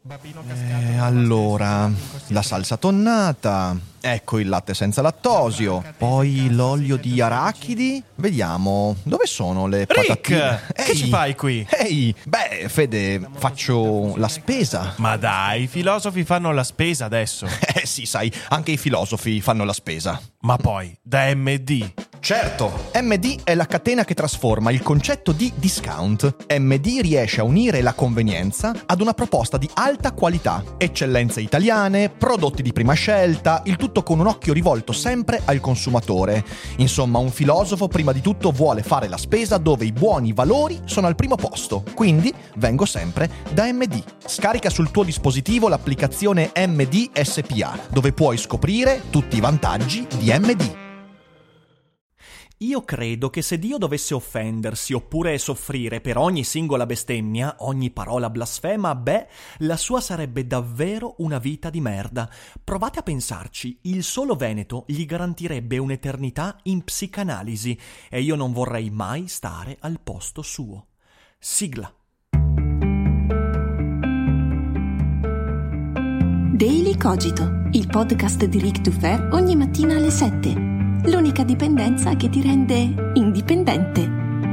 Allora, la salsa tonnata, ecco il latte senza lattosio, poi l'olio di arachidi. Vediamo, dove sono le patatine? Rick, che ci fai qui? Ehi, beh, Fede, faccio la spesa. Ma dai, i filosofi fanno la spesa adesso. Sì, sai, anche i filosofi fanno la spesa. Ma poi, da MD. Certo, MD è la catena che trasforma il concetto di discount. MD riesce a unire la convenienza ad una proposta di alta qualità, eccellenze italiane, prodotti di prima scelta, il tutto con un occhio rivolto sempre al consumatore. Insomma, un filosofo prima di tutto vuole fare la spesa dove i buoni valori sono al primo posto. Quindi vengo sempre da MD. Scarica sul tuo dispositivo l'applicazione MD SPA, dove puoi scoprire tutti i vantaggi di MD. Io credo che se Dio dovesse offendersi oppure soffrire per ogni singola bestemmia, ogni parola blasfema, beh, la sua sarebbe davvero una vita di merda. Provate a pensarci, il solo Veneto gli garantirebbe un'eternità in psicanalisi e io non vorrei mai stare al posto suo. Sigla. Daily Cogito, il podcast di Ric Dufer ogni mattina alle 7. L'unica dipendenza che ti rende indipendente.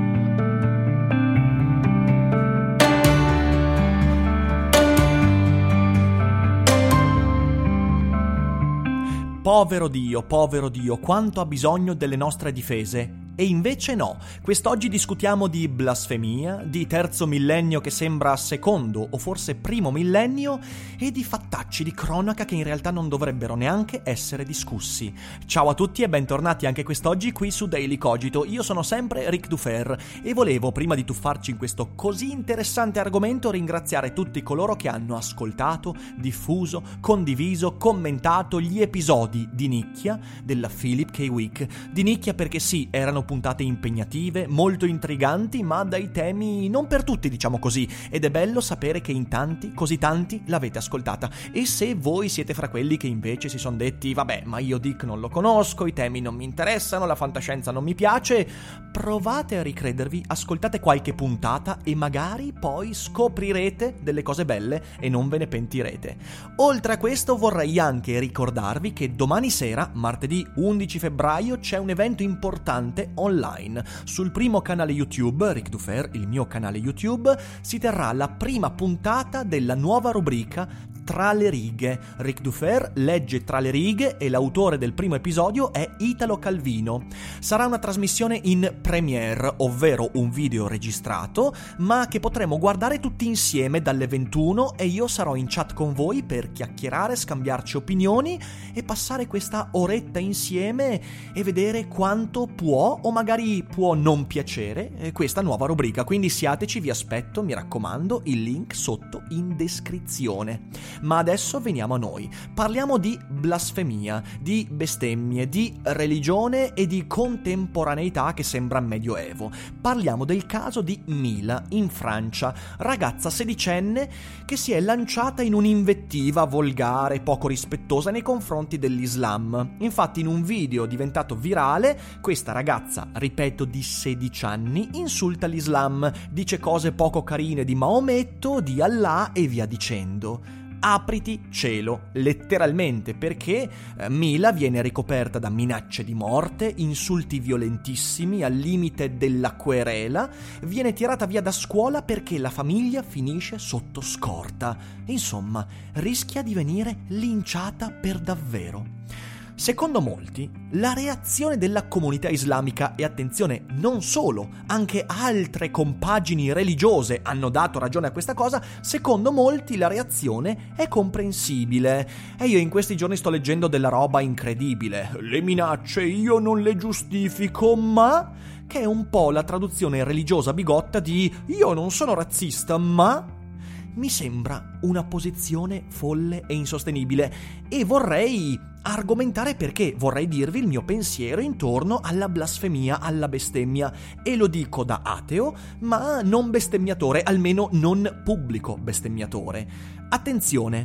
Povero Dio, quanto ha bisogno delle nostre difese. E invece no, quest'oggi discutiamo di blasfemia, di terzo millennio che sembra secondo o forse primo millennio e di fattacci di cronaca che in realtà non dovrebbero neanche essere discussi. Ciao a tutti e bentornati anche quest'oggi qui su Daily Cogito. Io sono sempre Ric Dufer e volevo, prima di tuffarci in questo così interessante argomento, ringraziare tutti coloro che hanno ascoltato, diffuso, condiviso, commentato gli episodi di nicchia della Philip K. Week. Di nicchia perché sì, erano puntate impegnative, molto intriganti, ma dai temi non per tutti, diciamo così, ed è bello sapere che in tanti, così tanti, l'avete ascoltata. E se voi siete fra quelli che invece si sono detti vabbè, ma io Dick non lo conosco, i temi non mi interessano, la fantascienza non mi piace, provate a ricredervi, ascoltate qualche puntata e magari poi scoprirete delle cose belle e non ve ne pentirete. Oltre a questo vorrei anche ricordarvi che domani sera, martedì 11 febbraio, c'è un evento importante online. Sul primo canale YouTube, Ric Dufer, il mio canale YouTube, si terrà la prima puntata della nuova rubrica Tra le righe. Ric Dufer legge tra le righe e l'autore del primo episodio è Italo Calvino. Sarà una trasmissione in premiere, ovvero un video registrato, ma che potremo guardare tutti insieme dalle 21 e io sarò in chat con voi per chiacchierare, scambiarci opinioni e passare questa oretta insieme e vedere quanto può o magari può non piacere questa nuova rubrica. Quindi siateci, vi aspetto, mi raccomando, il link sotto in descrizione. Ma adesso veniamo a noi. Parliamo di blasfemia, di bestemmie, di religione e di contemporaneità che sembra medioevo. Parliamo del caso di Mila, in Francia, ragazza sedicenne che si è lanciata in un'invettiva volgare, poco rispettosa nei confronti dell'Islam. Infatti in un video diventato virale, questa ragazza, ripeto, di 16 anni, insulta l'Islam, dice cose poco carine di Maometto, di Allah e via dicendo. Apriti cielo, letteralmente, perché Mila viene ricoperta da minacce di morte, insulti violentissimi al limite della querela, viene tirata via da scuola perché la famiglia finisce sotto scorta. Insomma, rischia di venire linciata per davvero. Secondo molti, la reazione della comunità islamica, e attenzione, non solo, anche altre compagini religiose hanno dato ragione a questa cosa, secondo molti la reazione è comprensibile. E io in questi giorni sto leggendo della roba incredibile. Le minacce io non le giustifico, ma... che è un po' la traduzione religiosa bigotta di io non sono razzista, ma... mi sembra una posizione folle e insostenibile e vorrei argomentare perché, vorrei dirvi il mio pensiero intorno alla blasfemia, alla bestemmia, e lo dico da ateo, ma non bestemmiatore, almeno non pubblico bestemmiatore. Attenzione,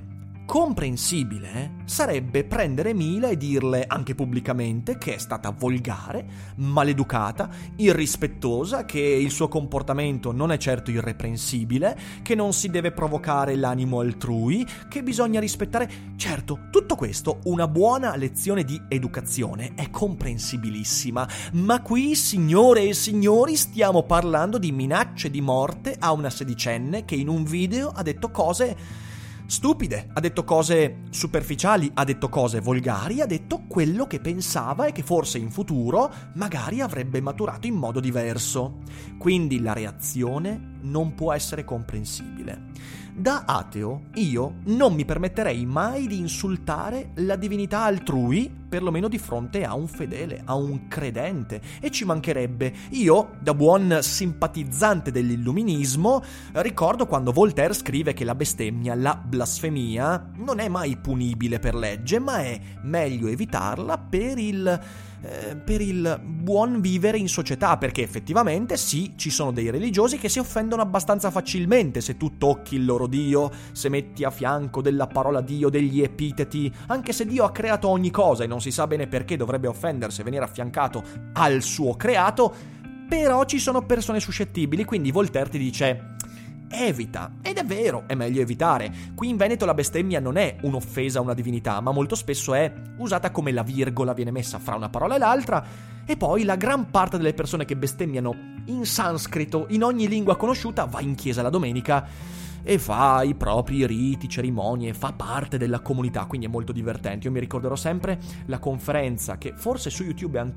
comprensibile sarebbe prendere Mila e dirle anche pubblicamente che è stata volgare, maleducata, irrispettosa, che il suo comportamento non è certo irreprensibile, che non si deve provocare l'animo altrui, che bisogna rispettare. Certo, tutto questo, una buona lezione di educazione, è comprensibilissima, ma qui, signore e signori, stiamo parlando di minacce di morte a una sedicenne che in un video ha detto cose stupide, ha detto cose superficiali, ha detto cose volgari, ha detto quello che pensava e che forse in futuro magari avrebbe maturato in modo diverso. Quindi la reazione non può essere comprensibile. Da ateo, io non mi permetterei mai di insultare la divinità altrui, perlomeno di fronte a un fedele, a un credente, e ci mancherebbe. Io, da buon simpatizzante dell'illuminismo, ricordo quando Voltaire scrive che la bestemmia, la blasfemia, non è mai punibile per legge, ma è meglio evitarla per il buon vivere in società, perché effettivamente sì, ci sono dei religiosi che si offendono abbastanza facilmente se tu tocchi il loro Dio, se metti a fianco della parola Dio degli epiteti, anche se Dio ha creato ogni cosa e non si sa bene perché dovrebbe offendersi e venire affiancato al suo creato, però ci sono persone suscettibili, quindi Voltaire ti dice evita, ed è vero, è meglio evitare. Qui in Veneto la bestemmia non è un'offesa a una divinità, ma molto spesso è usata come la virgola viene messa fra una parola e l'altra, e poi la gran parte delle persone che bestemmiano in sanscrito, in ogni lingua conosciuta, va in chiesa la domenica e fa i propri riti, cerimonie, fa parte della comunità, quindi è molto divertente. Io mi ricorderò sempre la conferenza, che forse su YouTube è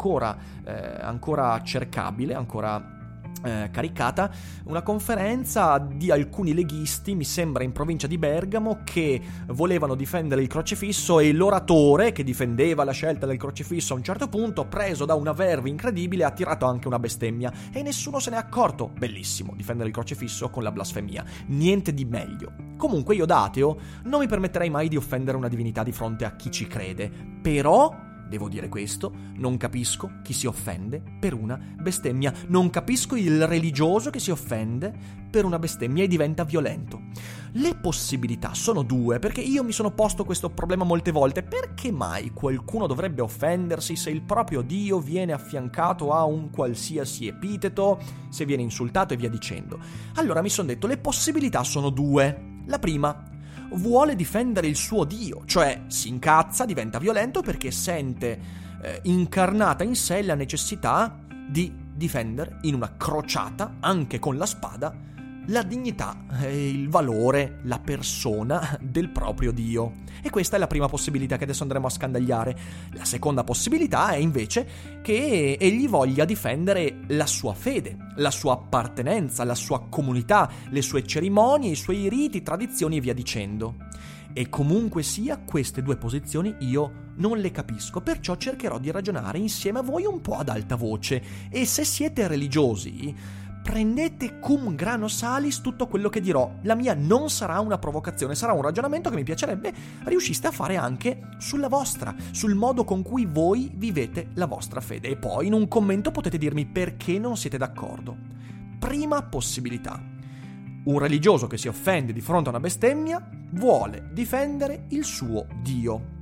ancora cercabile, ancora caricata, una conferenza di alcuni leghisti, mi sembra in provincia di Bergamo, che volevano difendere il crocifisso, e l'oratore che difendeva la scelta del crocifisso a un certo punto, preso da una verve incredibile, ha tirato anche una bestemmia e nessuno se n'è accorto. Bellissimo, difendere il crocifisso con la blasfemia, niente di meglio. Comunque io da ateo non mi permetterei mai di offendere una divinità di fronte a chi ci crede, però devo dire questo, non capisco chi si offende per una bestemmia. Non capisco il religioso che si offende per una bestemmia e diventa violento. Le possibilità sono due, perché io mi sono posto questo problema molte volte. Perché mai qualcuno dovrebbe offendersi se il proprio Dio viene affiancato a un qualsiasi epiteto, se viene insultato e via dicendo? Allora mi sono detto, le possibilità sono due. La prima: vuole difendere il suo Dio, cioè si incazza, diventa violento perché sente incarnata in sé la necessità di difendere in una crociata, anche con la spada, la dignità, il valore, la persona del proprio Dio. E questa è la prima possibilità che adesso andremo a scandagliare. La seconda possibilità è invece che egli voglia difendere la sua fede, la sua appartenenza, la sua comunità, le sue cerimonie, i suoi riti, tradizioni e via dicendo. E comunque sia, queste due posizioni io non le capisco, perciò cercherò di ragionare insieme a voi un po' ad alta voce. E se siete religiosi, prendete cum grano salis tutto quello che dirò. La mia non sarà una provocazione, sarà un ragionamento che mi piacerebbe riusciste a fare anche sulla vostra, sul modo con cui voi vivete la vostra fede. E poi in un commento potete dirmi perché non siete d'accordo. Prima possibilità: un religioso che si offende di fronte a una bestemmia vuole difendere il suo Dio.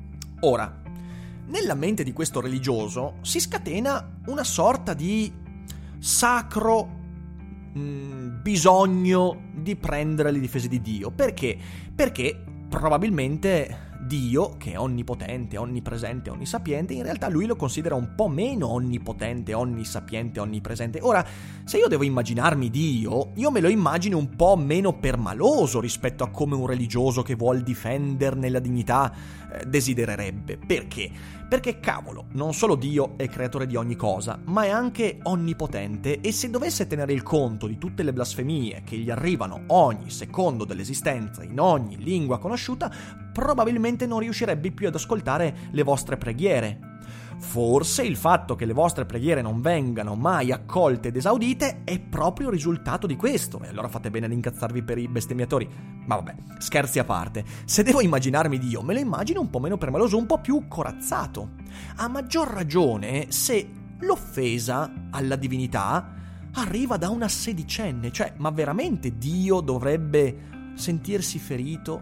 Ora, nella mente di questo religioso si scatena una sorta di sacro bisogno di prendere le difese di Dio. Perché? Perché probabilmente Dio, che è onnipotente, onnipresente, onnisapiente, in realtà lui lo considera un po' meno onnipotente, onnisapiente, onnipresente. Ora, se io devo immaginarmi Dio, io me lo immagino un po' meno permaloso rispetto a come un religioso che vuol difenderne la dignità desidererebbe. Perché? Perché cavolo, non solo Dio è creatore di ogni cosa, ma è anche onnipotente, e se dovesse tenere il conto di tutte le blasfemie che gli arrivano ogni secondo dell'esistenza in ogni lingua conosciuta, probabilmente non riuscirebbe più ad ascoltare le vostre preghiere. Forse il fatto che le vostre preghiere non vengano mai accolte ed esaudite è proprio il risultato di questo, e allora fate bene ad incazzarvi per i bestemmiatori. Ma vabbè, scherzi a parte, se devo immaginarmi Dio, me lo immagino un po' meno permaloso, un po' più corazzato. A maggior ragione se l'offesa alla divinità arriva da una sedicenne, cioè, ma veramente Dio dovrebbe sentirsi ferito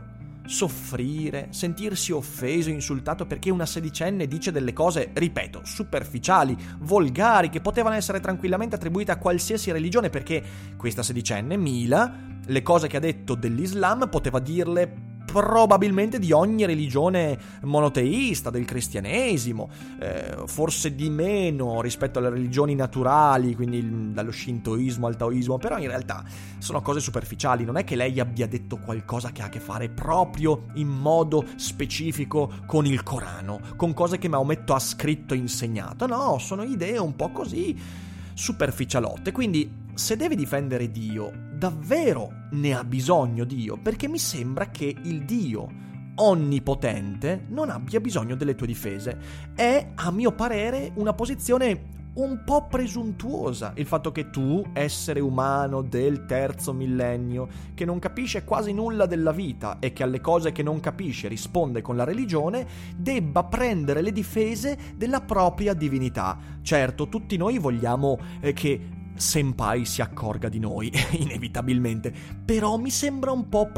soffrire, sentirsi offeso, insultato perché una sedicenne dice delle cose, ripeto, superficiali, volgari, che potevano essere tranquillamente attribuite a qualsiasi religione, perché questa sedicenne, Mila, le cose che ha detto dell'Islam poteva dirle probabilmente di ogni religione monoteista, del cristianesimo, forse di meno rispetto alle religioni naturali, quindi dallo shintoismo al taoismo, però in realtà sono cose superficiali. Non è che lei abbia detto qualcosa che ha a che fare proprio in modo specifico con il Corano, con cose che Maometto ha scritto e insegnato. No, sono idee un po' così superficialotte. Quindi se devi difendere Dio, davvero ne ha bisogno Dio, perché mi sembra che il Dio onnipotente non abbia bisogno delle tue difese. È, a mio parere, una posizione un po' presuntuosa, il fatto che tu, essere umano del terzo millennio, che non capisce quasi nulla della vita e che alle cose che non capisce risponde con la religione, debba prendere le difese della propria divinità. Certo, tutti noi vogliamo che Senpai si accorga di noi, inevitabilmente, però mi sembra un po'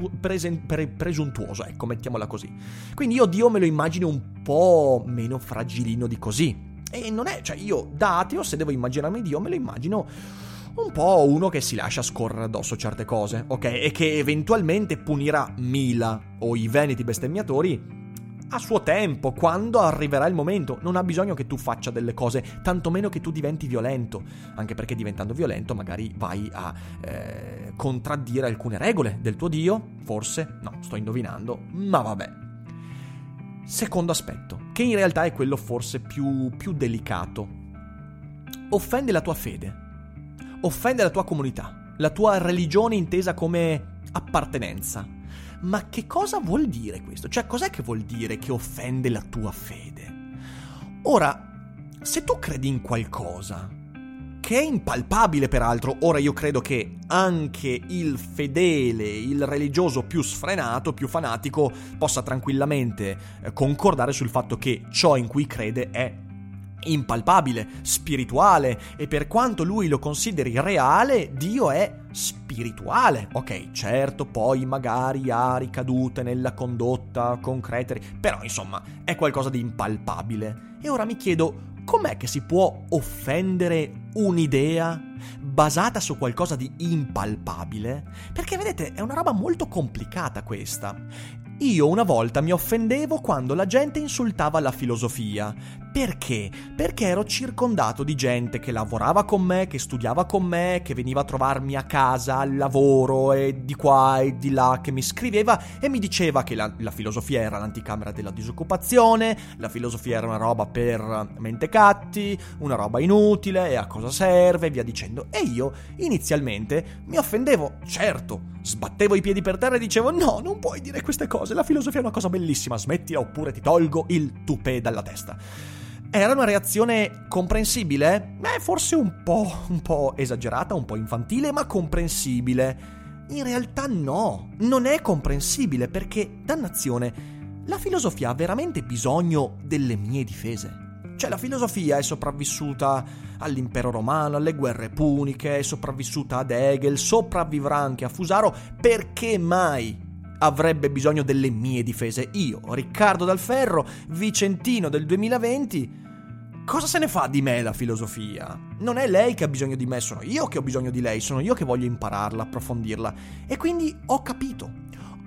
presuntuoso, ecco, mettiamola così. Quindi io Dio me lo immagino un po' meno fragilino di così. E non è, cioè io da ateo, se devo immaginarmi Dio, me lo immagino un po' uno che si lascia scorrere addosso certe cose, ok? E che eventualmente punirà Mila o i veneti bestemmiatori a suo tempo, quando arriverà il momento. Non ha bisogno che tu faccia delle cose, tantomeno che tu diventi violento, anche perché diventando violento magari vai a contraddire alcune regole del tuo Dio, forse, no, sto indovinando, ma vabbè. Secondo aspetto, che in realtà è quello forse più delicato. Offende la tua fede, offende la tua comunità, la tua religione intesa come appartenenza. Ma che cosa vuol dire questo? Cioè, cos'è che vuol dire che offende la tua fede? Ora, se tu credi in qualcosa che è impalpabile peraltro, ora io credo che anche il fedele, il religioso più sfrenato, più fanatico, possa tranquillamente concordare sul fatto che ciò in cui crede è impalpabile, spirituale, e per quanto lui lo consideri reale, Dio è spirituale. Ok, certo, poi magari ha ricadute nella condotta concreta, però insomma è qualcosa di impalpabile. E ora mi chiedo, com'è che si può offendere un'idea basata su qualcosa di impalpabile? Perché vedete, è una roba molto complicata questa. Io una volta mi offendevo quando la gente insultava la filosofia. Perché? Perché ero circondato di gente che lavorava con me, che studiava con me, che veniva a trovarmi a casa, al lavoro e di qua e di là, che mi scriveva e mi diceva che la filosofia era l'anticamera della disoccupazione, la filosofia era una roba per mentecatti, una roba inutile e a cosa serve, e via dicendo. E io inizialmente mi offendevo, certo, sbattevo i piedi per terra e dicevo no, non puoi dire queste cose, la filosofia è una cosa bellissima, smettila oppure ti tolgo il tupè dalla testa. Era una reazione comprensibile? Forse un po' esagerata, un po' infantile, ma comprensibile. In realtà no, non è comprensibile perché, dannazione, la filosofia ha veramente bisogno delle mie difese. Cioè la filosofia è sopravvissuta all'impero romano, alle guerre puniche, è sopravvissuta ad Hegel, sopravvivrà anche a Fusaro. Perché mai avrebbe bisogno delle mie difese? Io, Riccardo Dal Ferro, vicentino del 2020, cosa se ne fa di me la filosofia? Non è lei che ha bisogno di me, sono io che ho bisogno di lei, sono io che voglio impararla, approfondirla. E quindi ho capito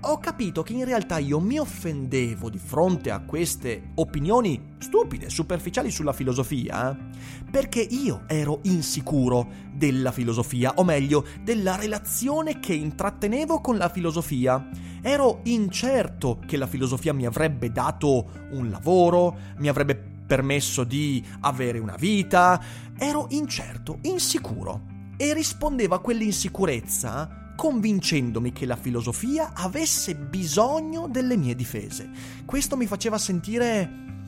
che in realtà io mi offendevo di fronte a queste opinioni stupide, superficiali sulla filosofia, perché io ero insicuro della filosofia, o meglio, della relazione che intrattenevo con la filosofia. Ero incerto che la filosofia mi avrebbe dato un lavoro, mi avrebbe permesso di avere una vita. Ero incerto, insicuro, e rispondevo a quell'insicurezza convincendomi che la filosofia avesse bisogno delle mie difese. Questo mi faceva sentire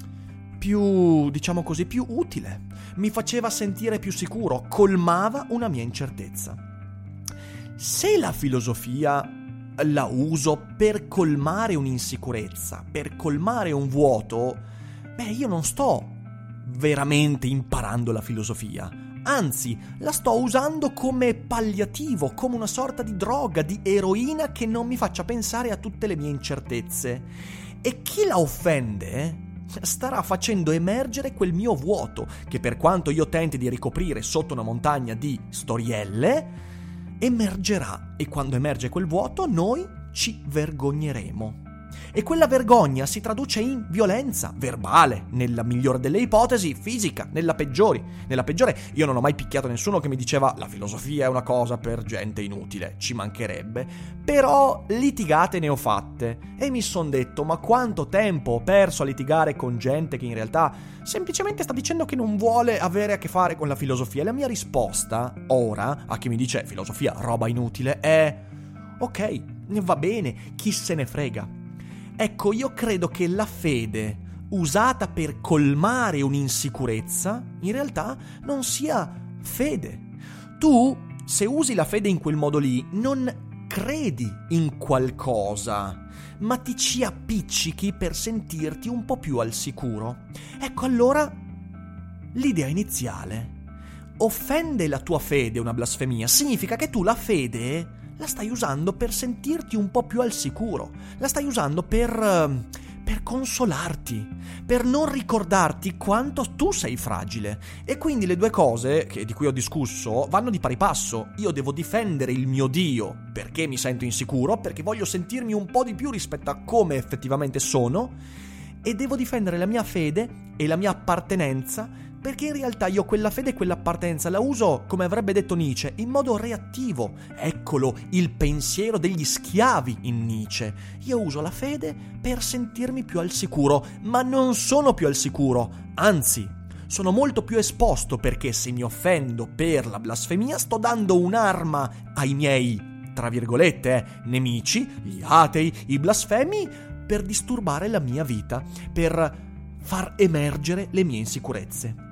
più, diciamo così, più utile, mi faceva sentire più sicuro, colmava una mia incertezza. Se la filosofia la uso per colmare un'insicurezza, per colmare un vuoto, io non sto veramente imparando la filosofia. Anzi, la sto usando come palliativo, come una sorta di droga, di eroina che non mi faccia pensare a tutte le mie incertezze. E chi la offende starà facendo emergere quel mio vuoto, che per quanto io tenti di ricoprire sotto una montagna di storielle, emergerà. E quando emerge quel vuoto, noi ci vergogneremo. E quella vergogna si traduce in violenza verbale, nella migliore delle ipotesi, fisica, nella peggiore. Io non ho mai picchiato nessuno che mi diceva la filosofia è una cosa per gente inutile, ci mancherebbe. Però litigate ne ho fatte e mi son detto ma quanto tempo ho perso a litigare con gente che in realtà semplicemente sta dicendo che non vuole avere a che fare con la filosofia. E la mia risposta ora a chi mi dice filosofia roba inutile è ok, va bene, chi se ne frega. Ecco, io credo che la fede, usata per colmare un'insicurezza, in realtà non sia fede. Tu, se usi la fede in quel modo lì, non credi in qualcosa, ma ti ci appiccichi per sentirti un po' più al sicuro. Ecco, allora, l'idea iniziale. Offende la tua fede una blasfemia, significa che tu la fede la stai usando per sentirti un po' più al sicuro, la stai usando per consolarti, per non ricordarti quanto tu sei fragile. E quindi le due cose di cui ho discusso vanno di pari passo. Io devo difendere il mio Dio perché mi sento insicuro, perché voglio sentirmi un po' di più rispetto a come effettivamente sono, e devo difendere la mia fede e la mia appartenenza perché in realtà io quella fede e quell'appartenenza la uso, come avrebbe detto Nietzsche, in modo reattivo. Eccolo, il pensiero degli schiavi in Nietzsche. Io uso la fede per sentirmi più al sicuro, ma non sono più al sicuro, anzi, sono molto più esposto perché se mi offendo per la blasfemia sto dando un'arma ai miei, tra virgolette, nemici, gli atei, i blasfemi, per disturbare la mia vita, per far emergere le mie insicurezze.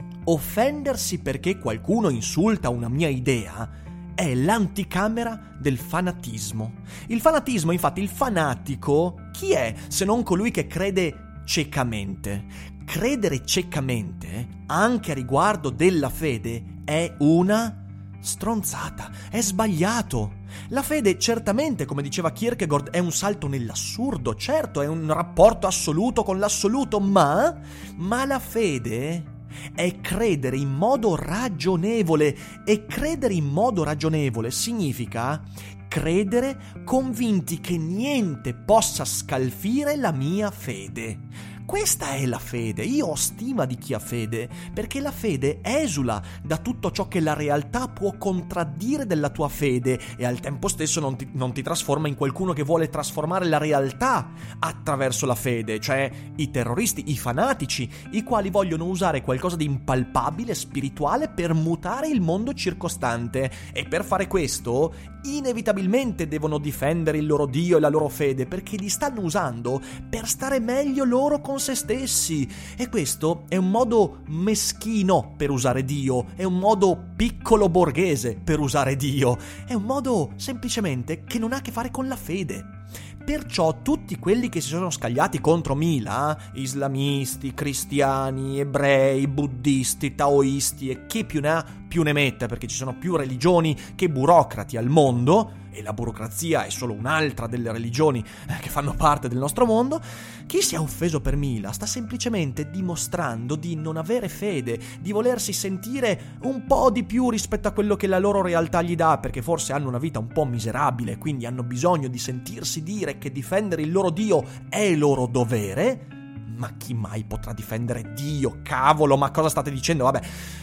Offendersi perché qualcuno insulta una mia idea è l'anticamera del fanatismo. Il fanatismo, infatti, il fanatico, chi è se non colui che crede ciecamente? Credere ciecamente, anche a riguardo della fede, è una stronzata, è sbagliato. La fede certamente, come diceva Kierkegaard, è un salto nell'assurdo, certo, è un rapporto assoluto con l'assoluto, ma la fede è credere in modo ragionevole, e credere in modo ragionevole significa credere convinti che niente possa scalfire la mia fede. Questa è la fede. Io ho stima di chi ha fede, perché la fede esula da tutto ciò che la realtà può contraddire della tua fede e al tempo stesso non ti trasforma in qualcuno che vuole trasformare la realtà attraverso la fede, cioè i terroristi, i fanatici, i quali vogliono usare qualcosa di impalpabile, spirituale, per mutare il mondo circostante, e per fare questo inevitabilmente devono difendere il loro Dio e la loro fede, perché li stanno usando per stare meglio loro con se stessi. E questo è un modo meschino per usare Dio, è un modo piccolo borghese per usare Dio, è un modo semplicemente che non ha a che fare con la fede. Perciò tutti quelli che si sono scagliati contro Mila, islamisti, cristiani, ebrei, buddisti, taoisti e chi più ne ha più ne metta, perché ci sono più religioni che burocrati al mondo, e la burocrazia è solo un'altra delle religioni che fanno parte del nostro mondo, chi si è offeso per Mila sta semplicemente dimostrando di non avere fede, di volersi sentire un po' di più rispetto a quello che la loro realtà gli dà, perché forse hanno una vita un po' miserabile, quindi hanno bisogno di sentirsi dire che difendere il loro Dio è il loro dovere. Ma chi mai potrà difendere Dio? Cavolo, ma cosa state dicendo? Vabbè.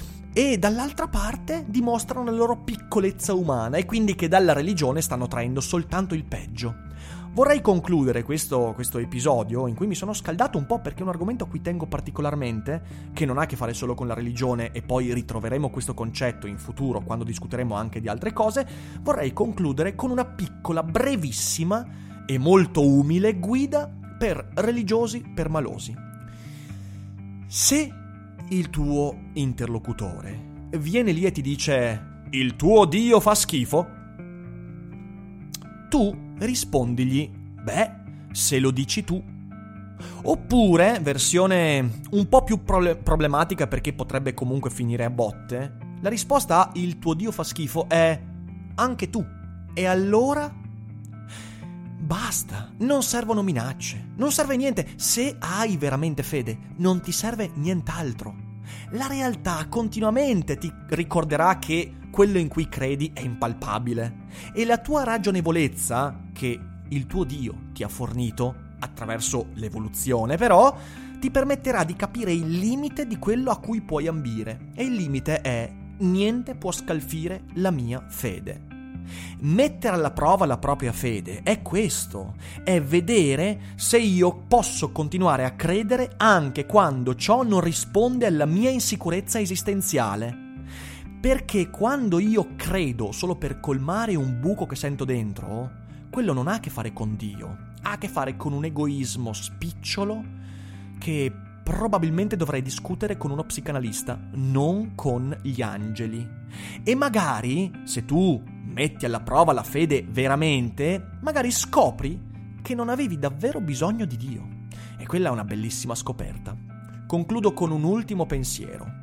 E dall'altra parte dimostrano la loro piccolezza umana e quindi che dalla religione stanno traendo soltanto il peggio. Vorrei concludere questo episodio in cui mi sono scaldato un po' perché è un argomento a cui tengo particolarmente, che non ha a che fare solo con la religione, e poi ritroveremo questo concetto in futuro quando discuteremo anche di altre cose. Vorrei concludere con una piccola, brevissima e molto umile guida per religiosi permalosi. Se il tuo interlocutore viene lì e ti dice «Il tuo Dio fa schifo», tu rispondigli «Beh, se lo dici tu». Oppure, versione un po' più problematica perché potrebbe comunque finire a botte, La risposta a il tuo Dio fa schifo è anche tu. E allora? Basta, non servono minacce, non serve niente. Se hai veramente fede, non ti serve nient'altro. La realtà continuamente ti ricorderà che quello in cui credi è impalpabile e la tua ragionevolezza, che il tuo Dio ti ha fornito attraverso l'evoluzione, però ti permetterà di capire il limite di quello a cui puoi ambire. E il limite è: niente può scalfire la mia fede. Mettere alla prova la propria fede è questo, è vedere se io posso continuare a credere anche quando ciò non risponde alla mia insicurezza esistenziale. Perché quando io credo solo per colmare un buco che sento dentro, quello non ha a che fare con Dio, ha a che fare con un egoismo spicciolo che probabilmente dovrei discutere con uno psicanalista, non con gli angeli. E magari, se tu metti alla prova la fede veramente, magari scopri che non avevi davvero bisogno di Dio. E quella è una bellissima scoperta. Concludo con un ultimo pensiero.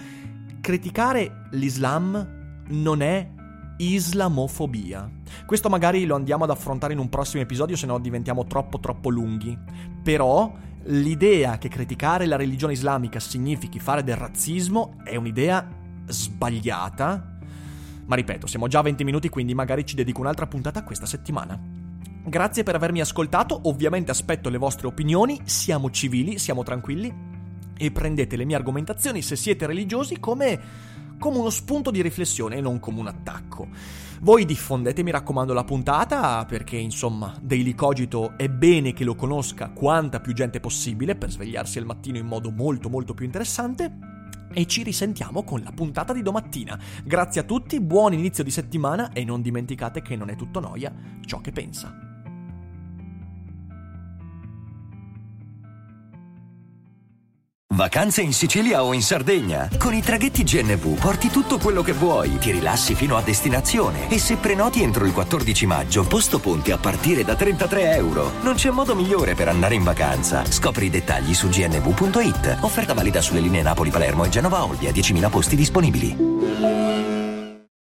Criticare l'Islam non è islamofobia. Questo magari lo andiamo ad affrontare in un prossimo episodio, se no diventiamo troppo lunghi. Però l'idea che criticare la religione islamica significhi fare del razzismo è un'idea sbagliata. Ma ripeto, siamo già a 20 minuti, quindi magari ci dedico un'altra puntata questa settimana. Grazie per avermi ascoltato, ovviamente aspetto le vostre opinioni, siamo civili, siamo tranquilli e prendete le mie argomentazioni, se siete religiosi, come uno spunto di riflessione e non come un attacco. Voi diffondete, mi raccomando, la puntata, perché insomma Daily Cogito è bene che lo conosca quanta più gente possibile per svegliarsi al mattino in modo molto più interessante. E ci risentiamo con la puntata di domattina. Grazie a tutti, buon inizio di settimana e non dimenticate che non è tutto noia ciò che pensa. Vacanze in Sicilia o in Sardegna. Con i traghetti GNV porti tutto quello che vuoi, ti rilassi fino a destinazione e se prenoti entro il 14 maggio, posto ponti a partire da €33. Non c'è modo migliore per andare in vacanza. Scopri i dettagli su gnv.it. Offerta valida sulle linee Napoli-Palermo e Genova-Olbia, 10.000 posti disponibili.